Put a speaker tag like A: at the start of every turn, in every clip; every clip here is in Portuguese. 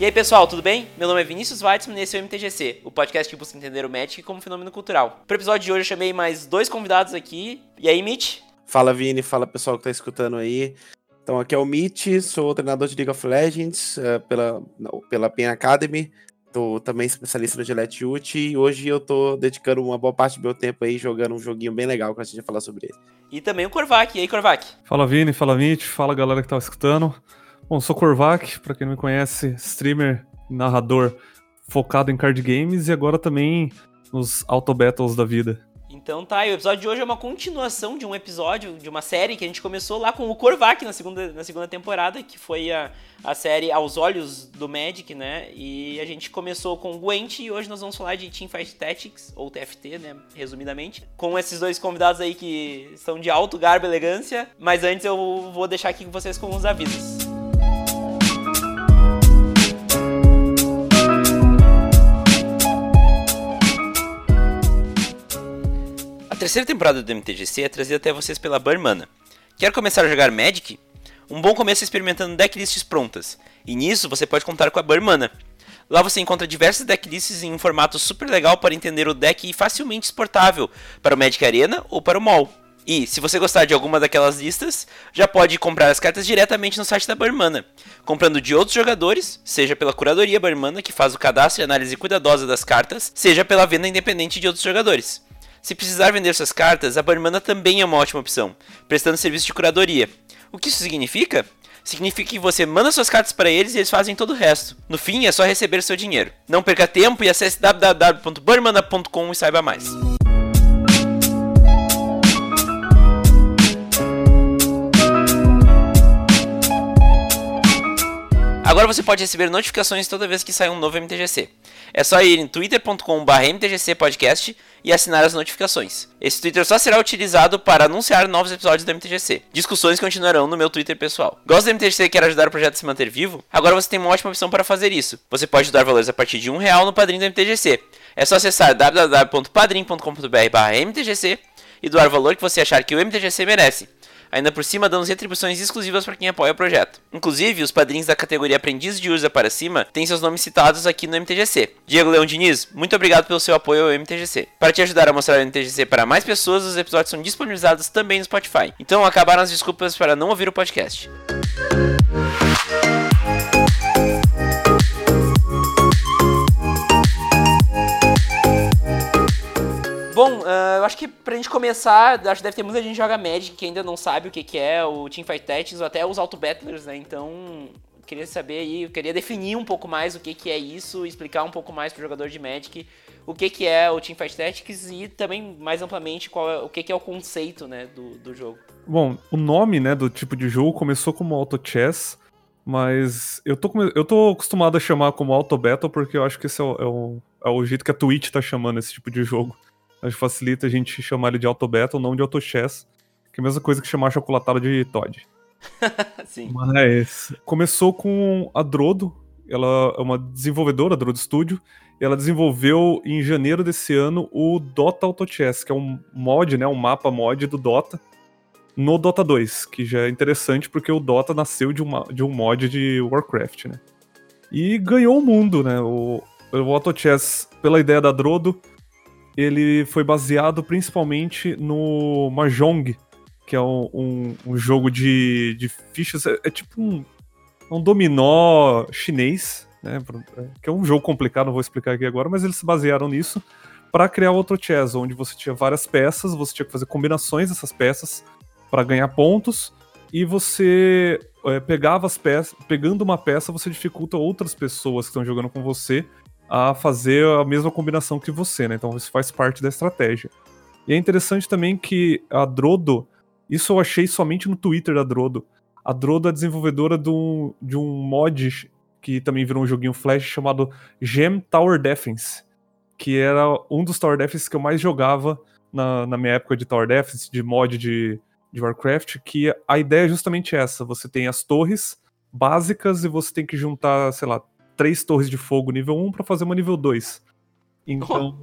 A: E aí pessoal, tudo bem? Meu nome é Vinícius Weitzman e esse é o MTGC, o podcast que busca entender o Magic como fenômeno cultural. Para o episódio de hoje eu chamei mais 2 convidados aqui. E aí, Mitch?
B: Fala, Vini, fala pessoal que tá escutando aí. Então aqui é o Mitch, sou treinador de League of Legends pela PEN Academy. Tô também especialista no Gillette Ult e hoje eu tô dedicando uma boa parte do meu tempo aí jogando um joguinho bem legal que a gente vai falar sobre ele.
A: E também o Korvac. E aí, Korvac?
C: Fala, Vini, fala, Mitch, fala galera que tá escutando. Bom, sou Korvac, pra quem não me conhece, streamer, narrador focado em card games e agora também nos auto battles da vida.
A: Então tá, e o episódio de hoje é uma continuação de um episódio, de uma série que a gente começou lá com o Korvac na segunda temporada, que foi a série Aos Olhos do Magic, né? E a gente começou com o Gwent e hoje nós vamos falar de Teamfight Tactics, ou TFT, né? Resumidamente. Com esses 2 convidados aí que são de alto garbo e elegância, mas antes eu vou deixar aqui com vocês com os avisos. A terceira temporada do MTGC é trazida até vocês pela Burn Mana. Quer começar a jogar Magic? Um bom começo é experimentando decklists prontas, e nisso você pode contar com a Burn Mana. Lá você encontra diversas decklists em um formato super legal para entender o deck facilmente exportável para o Magic Arena ou para o MOL. E, se você gostar de alguma daquelas listas, já pode comprar as cartas diretamente no site da Burn Mana, comprando de outros jogadores, seja pela curadoria Burn Mana, que faz o cadastro e análise cuidadosa das cartas, seja pela venda independente de outros jogadores. Se precisar vender suas cartas, a Burn Mana também é uma ótima opção, prestando serviço de curadoria. O que isso significa? Significa que você manda suas cartas para eles e eles fazem todo o resto. No fim, é só receber seu dinheiro. Não perca tempo e acesse www.burnmana.com e saiba mais. Agora você pode receber notificações toda vez que sai um novo MTGC. É só ir em twitter.com/mtgcpodcast e assinar as notificações. Esse Twitter só será utilizado para anunciar novos episódios do MTGC. Discussões continuarão no meu Twitter pessoal. Gosta do MTGC e quer ajudar o projeto a se manter vivo? Agora você tem uma ótima opção para fazer isso. Você pode doar valores a partir de R$1 no Padrim do MTGC. É só acessar www.padrim.com.br/mtgc e doar o valor que você achar que o MTGC merece. Ainda por cima, damos retribuições exclusivas para quem apoia o projeto. Inclusive, os padrinhos da categoria Aprendiz de Urza para cima têm seus nomes citados aqui no MTGC. Diego Leão Diniz, muito obrigado pelo seu apoio ao MTGC. Para te ajudar a mostrar o MTGC para mais pessoas, os episódios são disponibilizados também no Spotify. Então acabaram as desculpas para não ouvir o podcast. Bom, eu acho que pra gente começar, acho que deve ter muita gente que joga Magic que ainda não sabe o que é o Teamfight Tactics ou até os Auto Battlers, né? Então, eu queria saber aí, eu queria definir um pouco mais o que é isso, explicar um pouco mais pro jogador de Magic o que é o Teamfight Tactics e também, mais amplamente, o que é o conceito, né, do jogo.
C: Bom, o nome, né, do tipo de jogo começou como Auto Chess, mas eu tô acostumado a chamar como Auto Battle porque eu acho que esse é o jeito que a Twitch tá chamando esse tipo de jogo. Acho que facilita a gente chamar ele de Auto Battle, não de Auto Chess, que é a mesma coisa que chamar chocolatada de Todd.
A: Sim.
C: Mas começou com a Drodo, ela é uma desenvolvedora, a Drodo Studio, e ela desenvolveu em janeiro desse ano o Dota Auto Chess, que é um mod, né, um mapa mod do Dota, no Dota 2, que já é interessante porque o Dota nasceu de um mod de Warcraft, né. E ganhou o mundo, né, o Auto Chess, pela ideia da Drodo, ele foi baseado principalmente no Mahjong, que é um jogo de fichas, é tipo um dominó chinês, né, que é um jogo complicado, não vou explicar aqui agora, mas eles se basearam nisso para criar outro chess, onde você tinha várias peças, você tinha que fazer combinações dessas peças para ganhar pontos, e você pegava as peças, pegando uma peça, você dificulta outras pessoas que estão jogando com você a fazer a mesma combinação que você, né? Então isso faz parte da estratégia. E é interessante também que a Drodo, isso eu achei somente no Twitter da Drodo. A Drodo é desenvolvedora de um mod que também virou um joguinho flash chamado Gem Tower Defense, que era um dos Tower Defense que eu mais jogava na minha época de Tower Defense, de mod de Warcraft, que a ideia é justamente essa. Você tem as torres básicas e você tem que juntar, sei lá, 3 torres de fogo nível 1 para fazer uma nível 2. Então,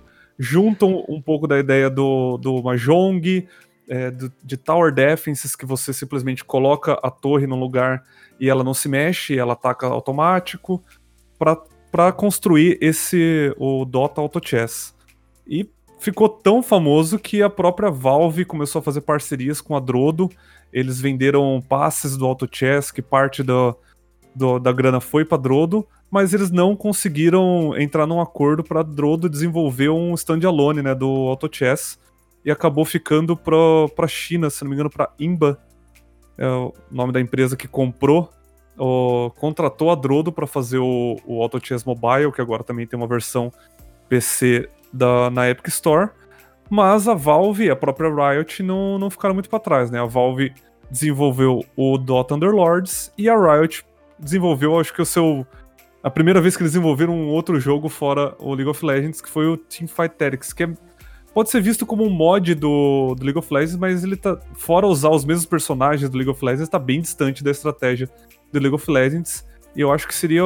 C: juntam um pouco da ideia do Mahjong, de Tower Defenses, que você simplesmente coloca a torre num lugar e ela não se mexe, ela ataca automático. para construir o Dota Auto Chess. E ficou tão famoso que a própria Valve começou a fazer parcerias com a Drodo. Eles venderam passes do Auto Chess, que parte da grana foi para Drodo, mas eles não conseguiram entrar num acordo para Drodo desenvolver um standalone, né, do Auto Chess, e acabou ficando para China, se não me engano, para Imba, é o nome da empresa que comprou, contratou a Drodo para fazer o Auto Chess Mobile, que agora também tem uma versão PC na Epic Store, mas a Valve e a própria Riot não ficaram muito para trás, né? A Valve desenvolveu o Dota Underlords e a Riot desenvolveu, acho que a primeira vez que eles desenvolveram um outro jogo fora o League of Legends, que foi o Teamfight Tactics, que pode ser visto como um mod do League of Legends, mas ele tá, fora usar os mesmos personagens do League of Legends, tá bem distante da estratégia do League of Legends, e eu acho que seria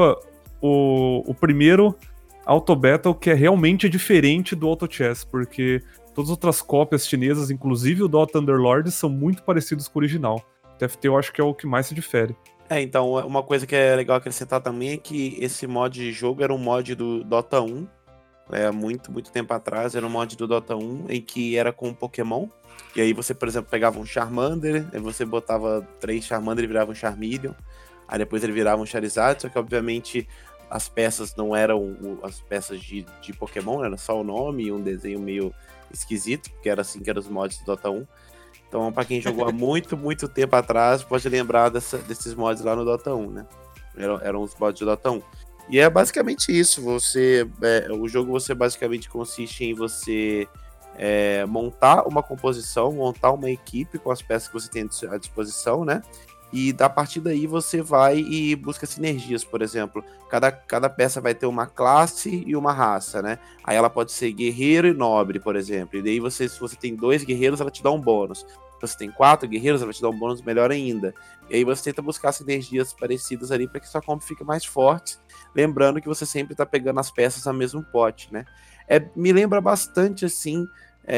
C: o primeiro Auto Battle que é realmente diferente do Auto Chess, porque todas as outras cópias chinesas, inclusive o Dota Underlords, são muito parecidos com o original. O TFT eu acho que é o que mais se difere.
B: Então, uma coisa que é legal acrescentar também é que esse mod de jogo era um mod do Dota 1, muito, muito tempo atrás, era um mod do Dota 1 em que era com Pokémon, e aí você, por exemplo, pegava um Charmander, aí você botava 3 Charmander e virava um Charmeleon, aí depois ele virava um Charizard, só que obviamente as peças não eram as peças de Pokémon, era só o nome e um desenho meio esquisito, porque era assim que eram os mods do Dota 1. Então, pra quem jogou há muito, muito tempo atrás, pode lembrar desses mods lá no Dota 1, né? Eram os mods do Dota 1. E é basicamente isso. O jogo basicamente consiste em você montar uma composição, montar uma equipe com as peças que você tem à disposição, né? E a partir daí você vai e busca sinergias, por exemplo. Cada peça vai ter uma classe e uma raça, né? Aí ela pode ser guerreiro e nobre, por exemplo. E daí se você tem 2 guerreiros, ela te dá um bônus. Se você tem 4 guerreiros, ela vai te dar um bônus melhor ainda. E aí você tenta buscar sinergias parecidas ali para que sua comp fique mais forte. Lembrando que você sempre tá pegando as peças no mesmo pote, né? Me lembra bastante, assim,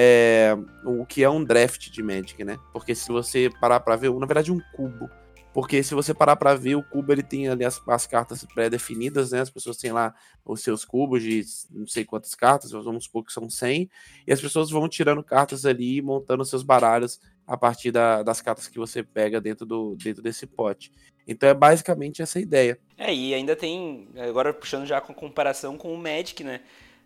B: o que é um draft de Magic, né? Porque se você parar pra ver, na verdade um cubo. Porque se você parar pra ver, o cubo ele tem ali as cartas pré-definidas, né? As pessoas têm lá os seus cubos de não sei quantas cartas, vamos supor que são 100, e as pessoas vão tirando cartas ali e montando seus baralhos a partir das cartas que você pega dentro desse pote. Então é basicamente essa ideia.
A: E ainda tem, agora puxando já com comparação com o Magic, né?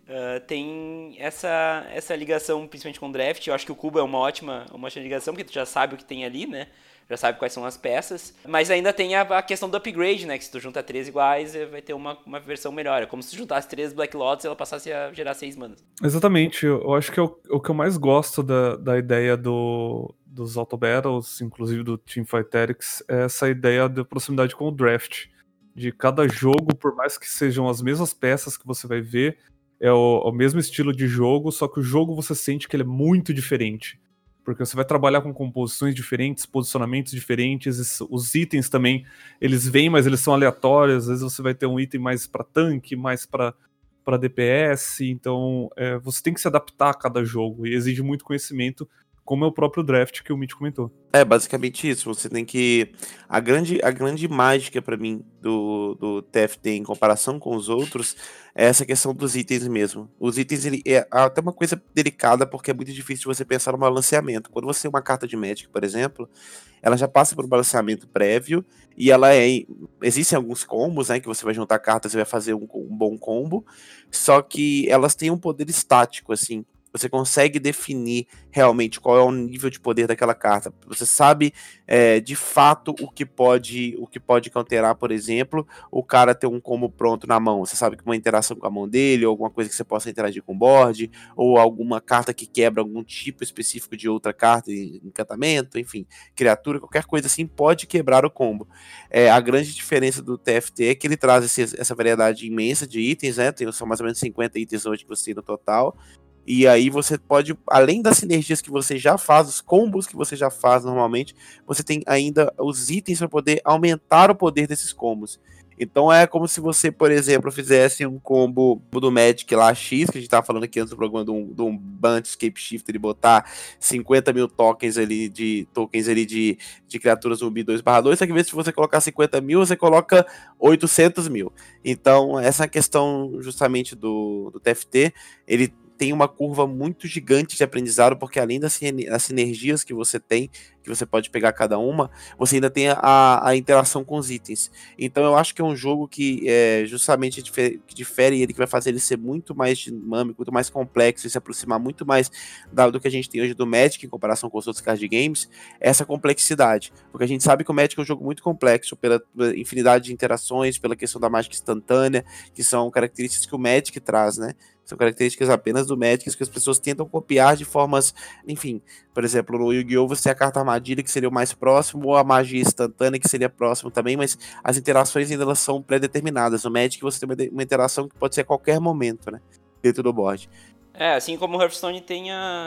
A: Tem essa ligação principalmente com o draft. Eu acho que o cubo é uma ótima ligação, porque tu já sabe o que tem ali, né? Já sabe quais são as peças. Mas ainda tem a questão do upgrade, né? Que se tu junta 3 iguais, vai ter uma versão melhor. É como se tu juntasse 3 Black Lotus e ela passasse a gerar 6 manas.
C: Exatamente. Eu acho que é o que eu mais gosto da ideia dos Auto Battles, inclusive do Teamfight Tactics, é essa ideia de proximidade com o draft. De cada jogo, por mais que sejam as mesmas peças que você vai ver, é o mesmo estilo de jogo, só que o jogo você sente que ele é muito diferente. Porque você vai trabalhar com composições diferentes, posicionamentos diferentes, os itens também, eles vêm, mas eles são aleatórios, às vezes você vai ter um item mais para tanque, mais para DPS, então você tem que se adaptar a cada jogo, e exige muito conhecimento, como é o próprio draft que o Mitch comentou.
B: É basicamente isso, você tem que... A grande mágica pra mim do TFT em comparação com os outros é essa questão dos itens mesmo. Os itens, é até uma coisa delicada, porque é muito difícil você pensar no balanceamento. Quando você tem uma carta de Magic, por exemplo, ela já passa por um balanceamento prévio, e existem alguns combos, né, que você vai juntar cartas e vai fazer um bom combo, só que elas têm um poder estático, assim. Você consegue definir realmente qual é o nível de poder daquela carta. Você sabe de fato o que pode counterar, por exemplo, o cara ter um combo pronto na mão. Você sabe que uma interação com a mão dele, ou alguma coisa que você possa interagir com o board, ou alguma carta que quebra algum tipo específico de outra carta, encantamento, enfim, criatura, qualquer coisa assim pode quebrar o combo. A grande diferença do TFT é que ele traz essa variedade imensa de itens, né? São mais ou menos 50 itens hoje que você tem no total. E aí você pode, além das sinergias que você já faz, os combos que você já faz normalmente, você tem ainda os itens para poder aumentar o poder desses combos. Então é como se você, por exemplo, fizesse um combo do Magic lá X, que a gente tava falando aqui antes do programa de um Bunch Escape Shifter e botar 50 mil tokens ali de criaturas zumbi 2/2, só que em vez de você colocar 50 mil, você coloca 800 mil. Então, essa questão justamente do TFT, ele tem uma curva muito gigante de aprendizado, porque além das sinergias que você tem, que você pode pegar cada uma, você ainda tem a interação com os itens. Então eu acho que é um jogo que justamente que difere ele, que vai fazer ele ser muito mais dinâmico, muito mais complexo e se aproximar muito mais do que a gente tem hoje do Magic em comparação com os outros card games, essa complexidade. Porque a gente sabe que o Magic é um jogo muito complexo pela infinidade de interações, pela questão da mágica instantânea, que são características que o Magic traz, né? São características apenas do Magic que as pessoas tentam copiar de formas, enfim, por exemplo, no Yu-Gi-Oh! Você tem a carta armadilha, que seria o mais próximo, ou a magia instantânea, que seria próximo também, mas as interações ainda elas são pré-determinadas. No Magic você tem uma interação que pode ser a qualquer momento, né? Dentro do board.
A: Assim como o Hearthstone tem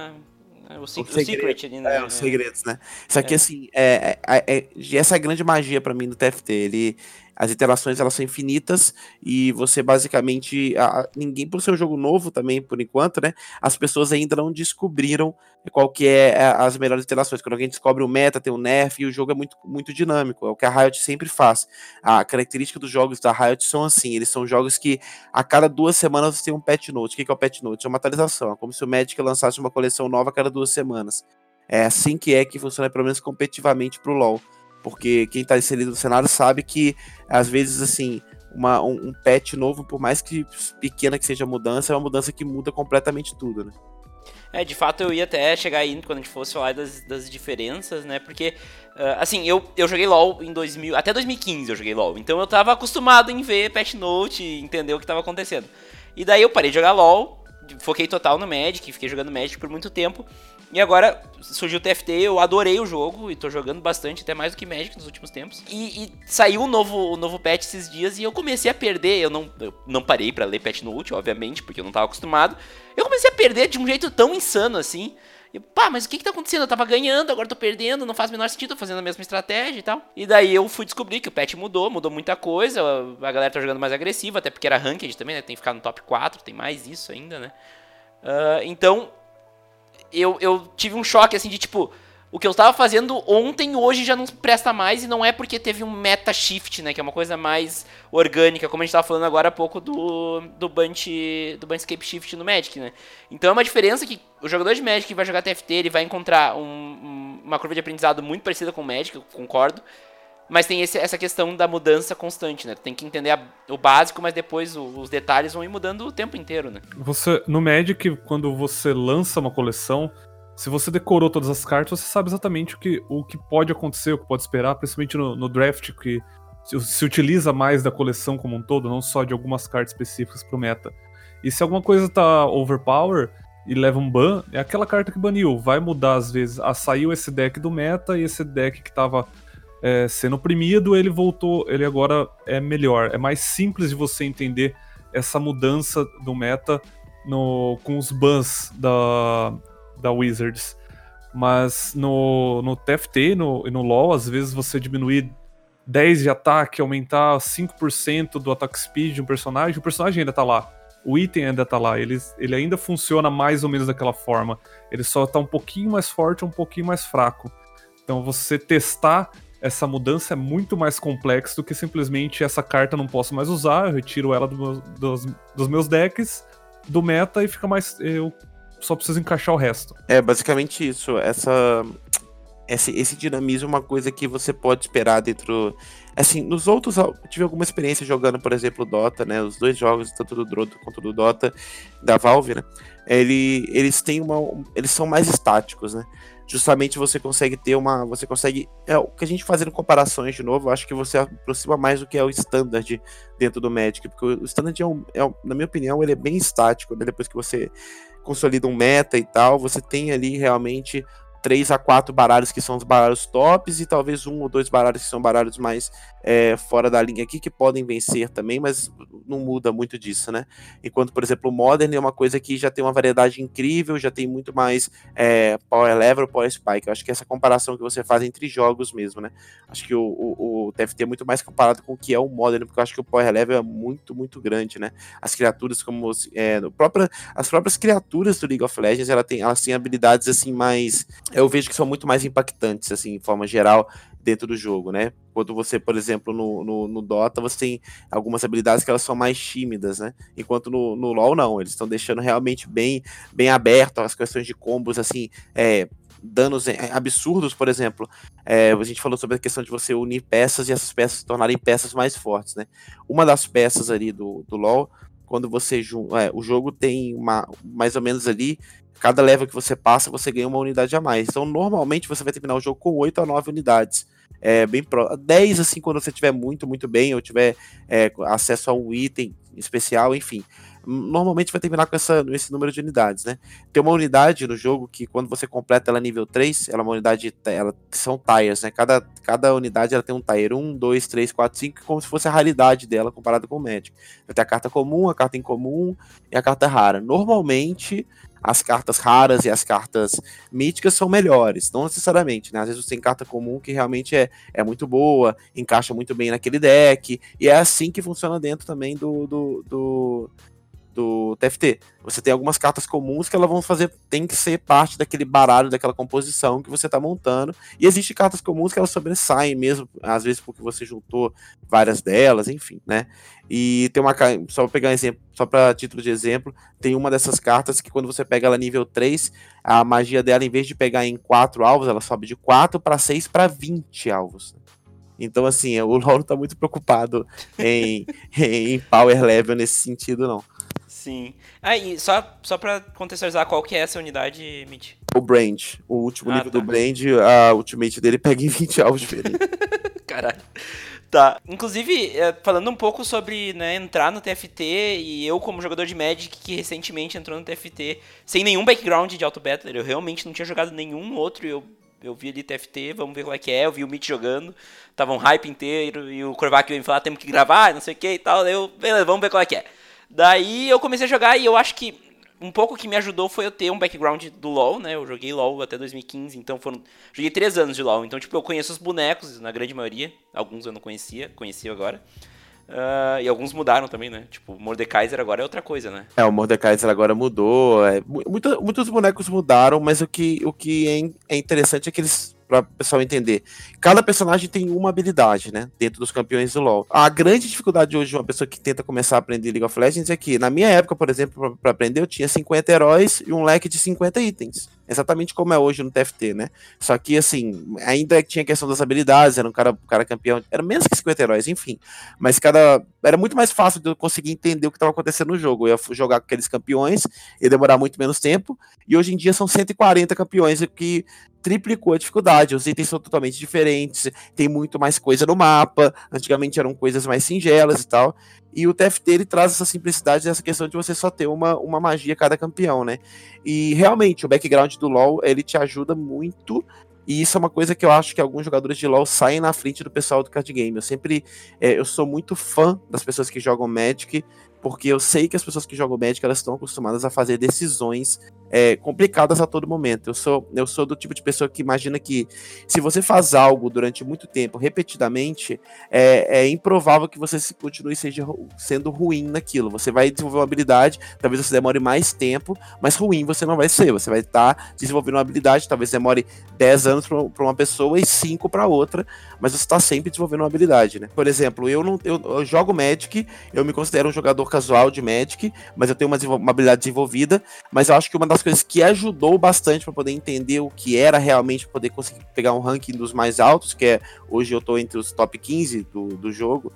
A: o Secret ali, né?
B: Os segredos, né? Isso aqui, assim, essa é a grande magia pra mim do TFT. As interações, elas são infinitas e você basicamente, ninguém, por ser um jogo novo também, por enquanto, né, as pessoas ainda não descobriram qual que as melhores interações. Quando alguém descobre o meta, tem o nerf, e o jogo é muito, muito dinâmico, é o que a Riot sempre faz. A característica dos jogos da Riot são assim, eles são jogos que a cada 2 semanas você tem um patch note. O que é o patch note? É uma atualização, é como se o Magic lançasse uma coleção nova a cada 2 semanas. É assim que funciona, pelo menos competitivamente, pro LoL. Porque quem tá inserido no cenário sabe que, às vezes, assim, um patch novo, por mais que pequena que seja a mudança, é uma mudança que muda completamente tudo, né?
A: De fato eu ia até chegar aí quando a gente fosse falar das diferenças, né? Porque, assim, eu joguei LoL em 2000, até 2015 eu joguei LoL. Então eu tava acostumado em ver patch note e entender o que tava acontecendo. E daí eu parei de jogar LoL, foquei total no Magic, fiquei jogando Magic por muito tempo. E agora surgiu o TFT, eu adorei o jogo e tô jogando bastante, até mais do que Magic nos últimos tempos. E saiu o novo patch esses dias e eu comecei a perder. Eu não parei pra ler patch note, obviamente, porque eu não tava acostumado. Eu comecei a perder de um jeito tão insano assim. E, mas o que tá acontecendo? Eu tava ganhando, agora tô perdendo, não faz o menor sentido, tô fazendo a mesma estratégia e tal. E daí eu fui descobrir que o patch mudou muita coisa, a galera tá jogando mais agressiva, até porque era ranked também, né? Tem que ficar no top 4, tem mais isso ainda, né? Então, eu tive um choque, assim, de tipo, o que eu tava fazendo ontem, hoje já não presta mais, e não é porque teve um meta shift, né, que é uma coisa mais orgânica, como a gente tava falando agora há pouco do Bunchscape Shift no Magic, né. Então é uma diferença que o jogador de Magic que vai jogar TFT, ele vai encontrar uma curva de aprendizado muito parecida com o Magic, eu concordo, mas tem essa questão da mudança constante, né? Tem que entender o básico, mas depois os detalhes vão ir mudando o tempo inteiro, né?
C: No Magic, quando você lança uma coleção, se você decorou todas as cartas, você sabe exatamente o que pode acontecer, o que pode esperar, principalmente no draft, que se utiliza mais da coleção como um todo, não só de algumas cartas específicas pro meta. E se alguma coisa tá overpower e leva um ban, é aquela carta que baniu. Vai mudar às vezes. Saiu esse deck do meta e esse deck que tava sendo oprimido, ele voltou, ele agora é melhor. É mais simples de você entender essa mudança do meta com os bans da Wizards. Mas no TFT e no LoL, às vezes você diminuir 10 de ataque, aumentar 5% do attack speed de um personagem, o personagem ainda tá lá. O item ainda tá lá, ele ainda funciona mais ou menos daquela forma. Ele só tá um pouquinho mais forte ou um pouquinho mais fraco. Então você testar essa mudança é muito mais complexa do que simplesmente essa carta não posso mais usar, eu retiro ela dos meus decks, do meta e fica mais... Eu só preciso encaixar o resto.
B: É basicamente isso. Esse dinamismo é uma coisa que você pode esperar dentro... Assim, nos outros, eu tive alguma experiência jogando, por exemplo, o Dota, né? Os 2 jogos, tanto do Drodo quanto do Dota, da Valve, né? Eles são mais estáticos, né? Justamente você consegue ter você consegue... o que a gente fazendo comparações de novo, eu acho que você aproxima mais do que é o Standard dentro do Magic, porque o Standard na minha opinião, ele é bem estático, né? Depois que você consolida um meta e tal, você tem ali realmente 3 a 4 baralhos que são os baralhos tops e talvez 1 ou 2 baralhos que são baralhos mais fora da linha aqui que podem vencer também, mas não muda muito disso, né? Enquanto, por exemplo, o Modern é uma coisa que já tem uma variedade incrível, já tem muito mais Power Level, Power Spike. Eu acho que essa comparação que você faz entre jogos mesmo, né? Acho que o TFT é muito mais comparado com o que é o Modern, porque eu acho que o Power Level é muito, muito grande, né? As criaturas como as próprias criaturas do League of Legends, elas têm habilidades assim mais, eu vejo que são muito mais impactantes assim, em forma geral, dentro do jogo, né? Quando você, por exemplo, no Dota, você tem algumas habilidades que elas são mais tímidas, né? Enquanto no LoL não, eles estão deixando realmente bem aberto as questões de combos, assim, danos absurdos, por exemplo. A gente falou sobre a questão de você unir peças e essas peças se tornarem peças mais fortes, né? Uma das peças ali do LoL, quando você o jogo tem mais ou menos ali, cada level que você passa, você ganha uma unidade a mais. Então, normalmente, você vai terminar o jogo com 8 a 9 unidades. 10, assim, quando você tiver muito, muito bem, ou tiver acesso a um item especial, enfim. Normalmente vai terminar com esse número de unidades, né? Tem uma unidade no jogo que, quando você completa ela nível 3, ela é uma unidade, são tiers, né? Cada unidade ela tem um tier 1, 2, 3, 4, 5, como se fosse a raridade dela comparada com o Magic. Vai ter a carta comum, a carta incomum e a carta rara. Normalmente, as cartas raras e as cartas míticas são melhores, não necessariamente, né? Às vezes você tem carta comum que realmente é muito boa, encaixa muito bem naquele deck, e é assim que funciona dentro também do TFT. Você tem algumas cartas comuns que elas vão tem que ser parte daquele baralho, daquela composição que você está montando, e existem cartas comuns que elas sobressaem mesmo, às vezes porque você juntou várias delas, enfim, né? E tem só para pegar um exemplo, só para título de exemplo, tem uma dessas cartas que quando você pega ela nível 3, a magia dela, em vez de pegar em 4 alvos, ela sobe de 4 para 6 para 20 alvos. Então, assim, o LoL não tá muito preocupado em power level nesse sentido, não.
A: Sim. E só pra contextualizar, qual que é essa unidade, Mitch?
B: O Brand. O último nível do Brand, a ultimate dele pega em 20 alvos diferentes.
A: Caralho. Tá. Inclusive, falando um pouco sobre, né, entrar no TFT, e eu como jogador de Magic que recentemente entrou no TFT sem nenhum background de Auto Battler, eu realmente não tinha jogado nenhum outro, eu vi ali TFT, vamos ver qual é que é, eu vi o Mitch jogando, tava um hype inteiro, e o Korvac veio me falar, temos que gravar, não sei o que e tal, beleza, vamos ver qual é que é. Daí eu comecei a jogar e eu acho que um pouco que me ajudou foi eu ter um background do LoL, né? Eu joguei LoL até 2015, então joguei 3 anos de LoL. Então, tipo, eu conheço os bonecos, na grande maioria. Alguns eu não conhecia agora. E alguns mudaram também, né? Tipo, o Mordekaiser agora é outra coisa, né?
B: O Mordekaiser agora mudou. Muitos bonecos mudaram, mas o que é interessante é que eles, para o pessoal entender, cada personagem tem uma habilidade, né, dentro dos campeões do LoL. A grande dificuldade hoje de uma pessoa que tenta começar a aprender League of Legends é que, na minha época, por exemplo, para aprender, eu tinha 50 heróis e um leque de 50 itens. Exatamente como é hoje no TFT, né? Só que, assim, ainda tinha a questão das habilidades, era um cara campeão, era menos que 50 heróis, enfim. Mas era muito mais fácil de eu conseguir entender o que estava acontecendo no jogo. Eu ia jogar com aqueles campeões, ia demorar muito menos tempo, e hoje em dia são 140 campeões, o que triplicou a dificuldade. Os itens são totalmente diferentes, tem muito mais coisa no mapa, antigamente eram coisas mais singelas e tal, e o TFT ele traz essa simplicidade, essa questão de você só ter uma magia a cada campeão, né? E realmente o background do LoL ele te ajuda muito, e isso é uma coisa que eu acho que alguns jogadores de LoL saem na frente do pessoal do card game. Eu sou muito fã das pessoas que jogam Magic, porque eu sei que as pessoas que jogam Magic elas estão acostumadas a fazer decisões complicadas a todo momento. Eu sou do tipo de pessoa que imagina que se você faz algo durante muito tempo, repetidamente, é improvável que você continue sendo ruim naquilo. Você vai desenvolver uma habilidade, talvez você demore mais tempo, mas ruim você não vai ser. Você vai estar desenvolvendo uma habilidade, talvez demore 10 anos para uma pessoa e 5 para outra, mas você está sempre desenvolvendo uma habilidade, né? Por exemplo, eu jogo Magic, eu me considero um jogador casual de Magic, mas eu tenho uma habilidade desenvolvida, mas eu acho que uma das coisas que ajudou bastante para poder entender o que era realmente poder conseguir pegar um ranking dos mais altos, que hoje eu tô entre os top 15 do jogo,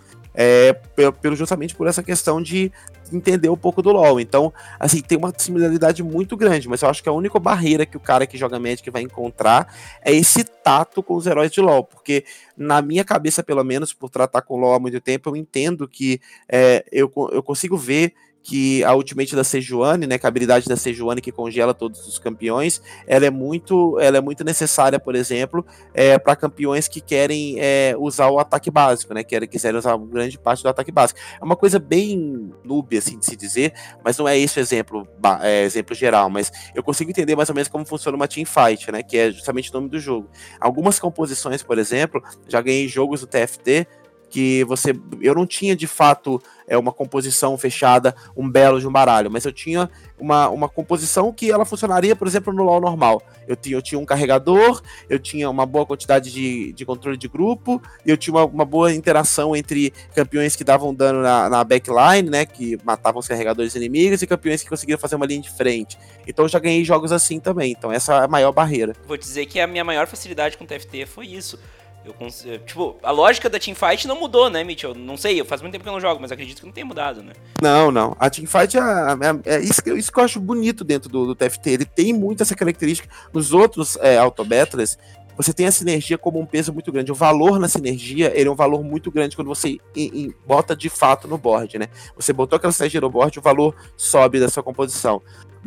B: justamente por essa questão de entender um pouco do LoL. Então, assim, tem uma similaridade muito grande, mas eu acho que a única barreira que o cara que joga Magic vai encontrar é esse tato com os heróis de LoL, porque na minha cabeça, pelo menos, por tratar com LoL há muito tempo, eu entendo que eu consigo ver que a Ultimate da Sejuani, né, que a habilidade da Sejuani que congela todos os campeões, ela é muito necessária, por exemplo, para campeões que querem usar o ataque básico, né, quiserem usar grande parte do ataque básico. É uma coisa bem noob, assim, de se dizer, mas não é esse o exemplo geral, mas eu consigo entender mais ou menos como funciona uma teamfight, né, que é justamente o nome do jogo. Algumas composições, por exemplo, já ganhei jogos do TFT, que eu não tinha de fato uma composição fechada, um belo de um baralho, mas eu tinha uma composição que ela funcionaria, por exemplo, no LoL normal. Eu tinha um carregador, eu tinha uma boa quantidade de controle de grupo, e eu tinha uma boa interação entre campeões que davam dano na backline, né, que matavam os carregadores inimigos, e campeões que conseguiam fazer uma linha de frente. Então eu já ganhei jogos assim também, então essa é a maior barreira.
A: Vou dizer que a minha maior facilidade com o TFT foi isso. Tipo, a lógica da teamfight não mudou, né, Mitchell? Não sei, faz muito tempo que eu não jogo, mas acredito que não tenha mudado, né?
B: Não. A teamfight é isso que eu acho bonito dentro do TFT. Ele tem muito essa característica. Nos outros autobattles, você tem a sinergia como um peso muito grande. O valor na sinergia, ele é um valor muito grande quando você bota de fato no board, né? Você botou aquela sinergia no board, o valor sobe da sua composição.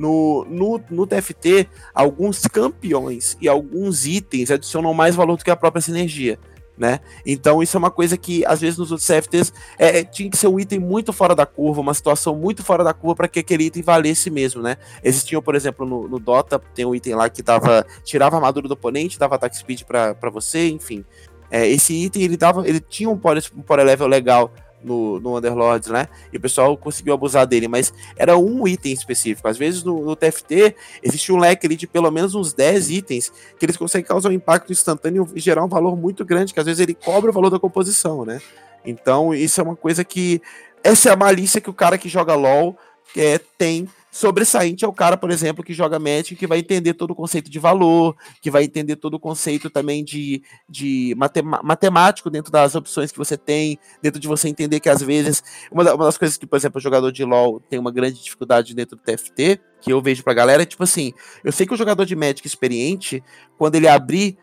B: No TFT, alguns campeões e alguns itens adicionam mais valor do que a própria sinergia, né? Então isso é uma coisa que às vezes nos outros CFTs tinha que ser um item muito fora da curva, uma situação muito fora da curva para que aquele item valesse mesmo, né? Existiam, por exemplo, no Dota, tem um item lá que tirava a armadura do oponente, dava attack speed para você, enfim. Esse item ele tinha um power level legal no Underlords, né? E o pessoal conseguiu abusar dele, mas era um item específico. Às vezes no TFT existe um leque ali de pelo menos uns 10 itens que eles conseguem causar um impacto instantâneo e gerar um valor muito grande, que às vezes ele cobra o valor da composição, né? Então isso é uma coisa que... Essa é a malícia que o cara que joga LoL tem. Sobressaente é o cara, por exemplo, que joga Magic, que vai entender todo o conceito de valor, que vai entender todo o conceito também de matemático dentro das opções que você tem, dentro de você entender que às vezes, uma das coisas que, por exemplo, o jogador de LoL tem uma grande dificuldade dentro do TFT, que eu vejo pra galera, é tipo assim, eu sei que o jogador de Magic experiente, quando ele abrir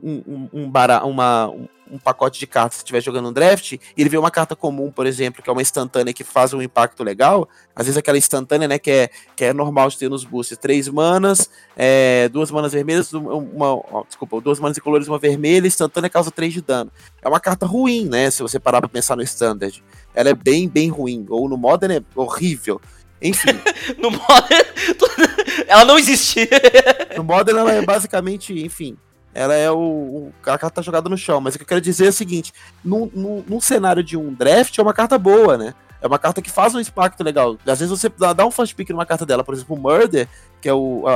B: um pacote de cartas, se estiver jogando um draft, e ele vê uma carta comum, por exemplo, que é uma instantânea que faz um impacto legal, às vezes aquela instantânea, né, que é normal de ter nos boosters, 3 manas, 2 manas vermelhas, 2 manas incolores, uma vermelha, instantânea causa 3 de dano. É uma carta ruim, né, se você parar pra pensar no Standard. Ela é bem, bem ruim, ou no Modern é horrível. Enfim.
A: No Modern, ela não existe.
B: No Modern ela é basicamente, enfim... Ela é a carta jogada no chão, mas o que eu quero dizer é o seguinte, num cenário de um draft é uma carta boa, né? É uma carta que faz um impacto legal. Às vezes você dá um first pick numa carta dela, por exemplo, o Murder, que é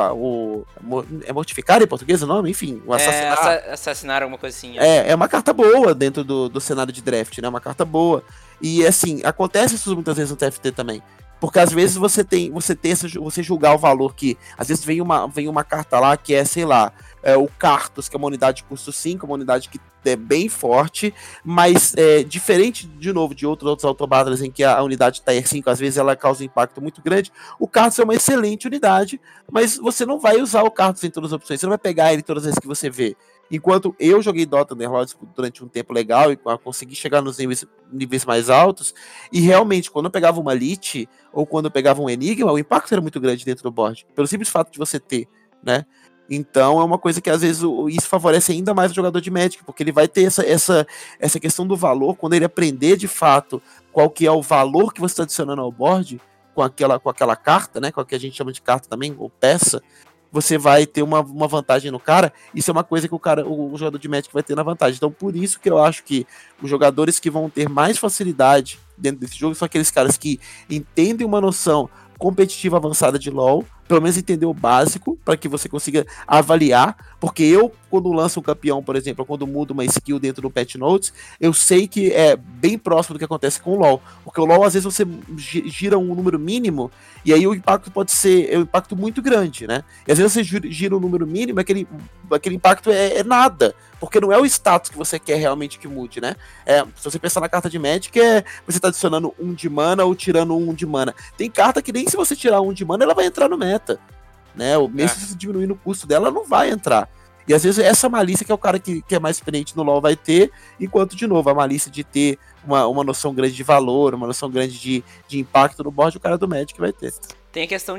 B: é mortificar em português o nome? Enfim, o assassinar.
A: Assassinar, alguma coisa assim.
B: É uma carta boa dentro do cenário de draft, né? Uma carta boa. E assim, acontece isso muitas vezes no TFT também. Porque às vezes você julgar o valor que... Às vezes vem uma carta lá que é, sei lá, o Cartus, que é uma unidade de custo 5, uma unidade que é bem forte, mas diferente, de novo, de outros autobattles em que a unidade Tier 5, às vezes ela causa um impacto muito grande, o Cartus é uma excelente unidade, mas você não vai usar o Cartus em todas as opções, você não vai pegar ele todas as vezes que você vê. Enquanto eu joguei Dota Underlords durante um tempo legal e consegui chegar nos níveis mais altos, e realmente, quando eu pegava uma Lich, ou quando eu pegava um Enigma, o impacto era muito grande dentro do board, pelo simples fato de você ter, né? Então é uma coisa que às vezes isso favorece ainda mais o jogador de Magic, porque ele vai ter essa questão do valor, quando ele aprender de fato qual que é o valor que você está adicionando ao board, com aquela carta, né? Com a que a gente chama de carta também, ou peça, você vai ter uma vantagem no cara. Isso é uma coisa que o jogador de Magic vai ter na vantagem. Então, por isso que eu acho que os jogadores que vão ter mais facilidade dentro desse jogo são aqueles caras que entendem uma noção competitiva avançada de LoL, pelo menos entender o básico, para que você consiga avaliar, porque eu, quando lanço um campeão, por exemplo, ou quando mudo uma skill dentro do Patch Notes, eu sei que é bem próximo do que acontece com o LoL, porque o LoL, às vezes, você gira um número mínimo, e aí o impacto pode ser um impacto muito grande, né? E às vezes você gira um número mínimo, aquele impacto é nada, porque não é o status que você quer realmente que mude, né? Se você pensar na carta de Magic, você tá adicionando 1 de mana ou tirando 1 de mana. Tem carta que nem se você tirar 1 de mana, ela vai entrar no meta, né? Mesmo se diminuir o custo dela, ela não vai entrar. E às vezes essa malícia que é o cara que é mais experiente no LoL vai ter, enquanto, de novo, a malícia de ter uma noção grande de valor, uma noção grande de impacto no board, o cara do Magic vai ter.
A: Tem a questão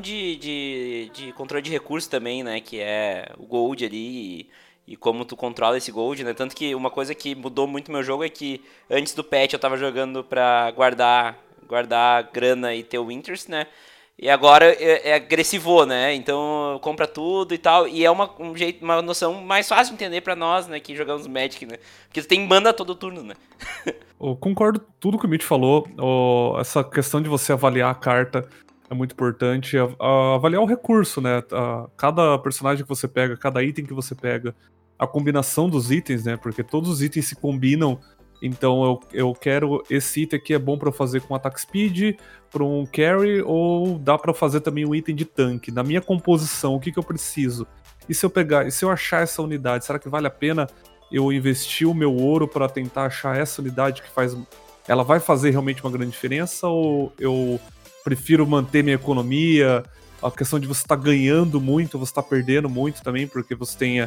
A: de controle de recurso também, né? Que é o Gold ali e como tu controla esse Gold, né? Tanto que uma coisa que mudou muito meu jogo é que antes do patch eu tava jogando pra guardar grana e ter o Winters, né? E agora é agressivou, né? Então compra tudo e tal. E é uma noção mais fácil de entender pra nós, né? Que jogamos Magic, né? Porque tu tem mana todo turno, né?
C: Eu concordo com tudo que o Mitch falou. Essa questão de você avaliar a carta é muito importante. Avaliar o recurso, né? Cada personagem que você pega, cada item que você pega, a combinação dos itens, né? Porque todos os itens se combinam. Então eu quero esse item aqui é bom pra eu fazer com attack speed, para um carry, ou dá pra fazer também um item de tanque. Na minha composição, o que eu preciso? E se eu achar essa unidade, será que vale a pena eu investir o meu ouro para tentar achar essa unidade que ela vai fazer realmente uma grande diferença, ou eu prefiro manter minha economia? A questão de você estar ganhando muito, você estar perdendo muito também, porque você tem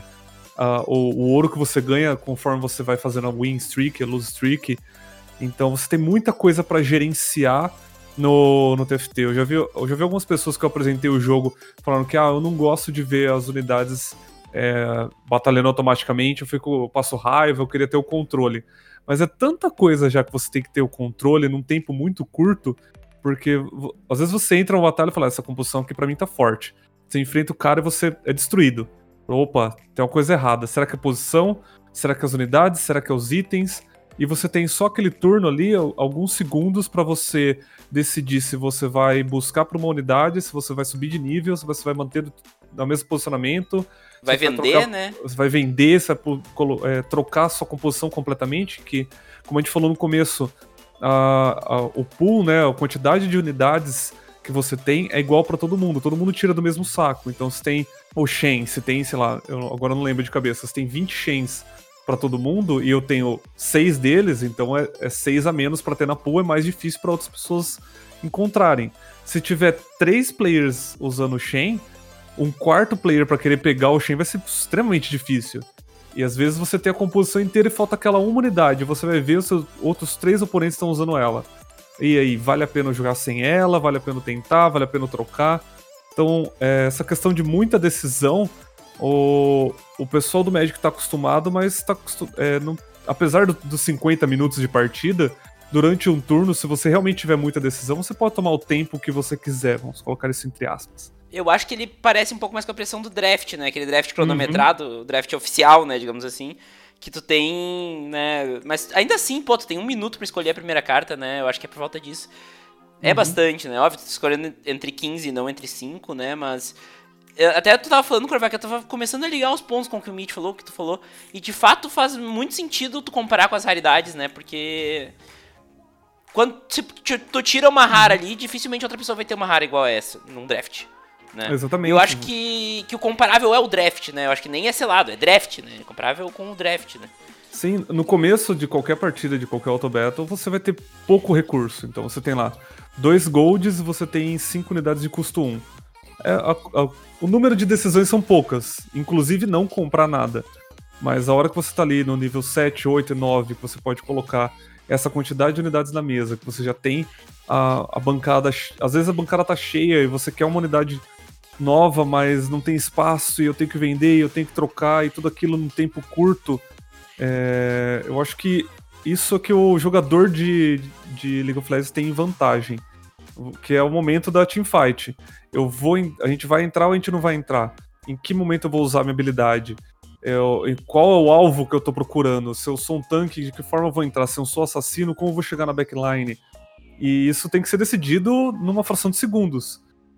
C: o ouro que você ganha conforme você vai fazendo a win streak, a lose streak. Então você tem muita coisa para gerenciar no TFT. Eu já vi algumas pessoas que eu apresentei o jogo falando que eu não gosto de ver as unidades batalhando automaticamente, eu passo raiva, eu queria ter o controle. Mas é tanta coisa já que você tem que ter o controle num tempo muito curto, porque às vezes você entra numa batalha e fala, essa composição aqui pra mim tá forte. Você enfrenta o cara e você é destruído. Opa, tem uma coisa errada. Será que é a posição? Será que é as unidades? Será que é os itens? E você tem só aquele turno ali, alguns segundos pra você decidir se você vai buscar pra uma unidade, se você vai subir de nível, se você vai manter no mesmo posicionamento.
A: Vai vender, né?
C: Você vai vender, você vai trocar a sua composição completamente, que, como a gente falou no começo, o pool, né, a quantidade de unidades que você tem é igual pra todo mundo tira do mesmo saco. Então você tem o Shen, você tem, sei lá, agora eu não lembro de cabeça, você tem 20 Shens pra todo mundo e eu tenho 6 deles, então é 6 a menos pra ter na pool, é mais difícil pra outras pessoas encontrarem. Se tiver 3 players usando o Shen, um quarto player pra querer pegar o Shen vai ser extremamente difícil. E às vezes você tem a composição inteira e falta aquela uma unidade, você vai ver os seus outros 3 oponentes estão usando ela. E aí, vale a pena jogar sem ela? Vale a pena tentar? Vale a pena trocar? Então, essa questão de muita decisão, o pessoal do Magic tá acostumado, mas apesar dos 50 minutos de partida, durante um turno, se você realmente tiver muita decisão, você pode tomar o tempo que você quiser, vamos colocar isso entre aspas.
A: Eu acho que ele parece um pouco mais com a pressão do draft, né? Aquele draft cronometrado, o draft oficial, né, digamos assim. Que tu tem, né? Mas ainda assim, pô, tu tem 1 minuto pra escolher a primeira carta, né? Eu acho que é por volta disso. É bastante, né? Óbvio, tu tá escolhendo entre 15 e não entre 5, né? Mas. Até tu tava falando, Corvac, que eu tava começando a ligar os pontos com o que o Mitch falou, o que tu falou. E de fato faz muito sentido tu comparar com as raridades, né? Porque. Quando tu tira uma rara ali, dificilmente outra pessoa vai ter uma rara igual a essa num draft. Né?
C: Exatamente.
A: Eu acho que o comparável é o draft, né? Eu acho que nem é selado, é draft, né? É comparável com o draft, né?
C: Sim, no começo de qualquer partida, de qualquer auto battle, você vai ter pouco recurso. Então você tem lá 2 golds e você tem 5 unidades de custo 1. O número de decisões são poucas, inclusive não comprar nada. Mas a hora que você tá ali no nível 7, 8 e 9, que você pode colocar essa quantidade de unidades na mesa, que você já tem a bancada... Às vezes a bancada tá cheia e você quer uma unidade nova, mas não tem espaço e eu tenho que vender, e eu tenho que trocar e tudo aquilo num tempo curto. Eu acho que isso é que o jogador de League of Legends tem vantagem, que é o momento da teamfight. A gente vai entrar ou a gente não vai entrar? Em que momento eu vou usar minha habilidade? Qual é o alvo que eu tô procurando? Se eu sou um tanque, de que forma eu vou entrar? Se eu sou assassino, como eu vou chegar na backline? E isso tem que ser decidido numa fração de segundos.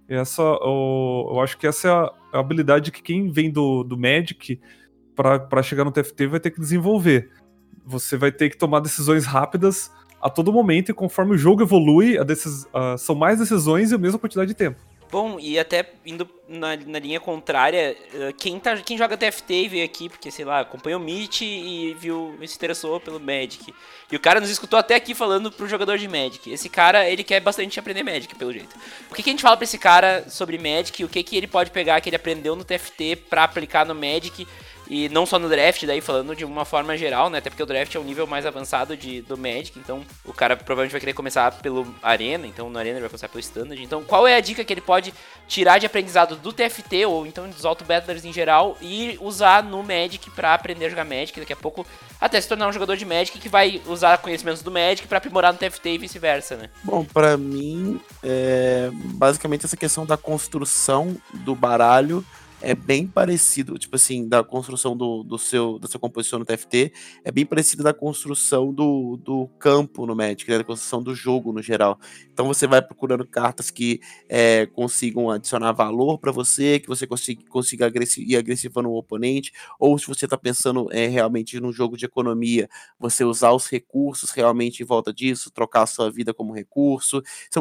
C: Eu acho que essa é a habilidade que quem vem do Magic para chegar no TFT vai ter que desenvolver. Você vai ter que tomar decisões rápidas a todo momento, e conforme o jogo evolui, são mais decisões e a mesma quantidade de tempo.
A: Bom, e até indo na linha contrária, quem joga TFT e veio aqui porque, sei lá, acompanhou o Meet e se interessou pelo Magic. E o cara nos escutou até aqui falando pro jogador de Magic. Esse cara, ele quer bastante aprender Magic, pelo jeito. O que a gente fala pra esse cara sobre Magic, o que ele pode pegar que ele aprendeu no TFT pra aplicar no Magic, E não só no draft, daí falando de uma forma geral, né? Até porque o draft é um nível mais avançado do Magic, então o cara provavelmente vai querer começar pelo Arena, então no Arena ele vai começar pelo Standard. Então qual é a dica que ele pode tirar de aprendizado do TFT ou então dos Auto Battlers em geral e usar no Magic pra aprender a jogar Magic, daqui a pouco até se tornar um jogador de Magic que vai usar conhecimentos do Magic pra aprimorar no TFT e vice-versa, né?
B: Bom, pra mim, basicamente essa questão da construção do baralho é bem parecido, tipo assim, da construção da sua composição no TFT, é bem parecido da construção do campo no Magic, né, da construção do jogo no geral. Então você vai procurando cartas que consigam adicionar valor para você, que você consiga ir agressivando o oponente, ou se você tá pensando realmente num jogo de economia, você usar os recursos realmente em volta disso, trocar a sua vida como recurso,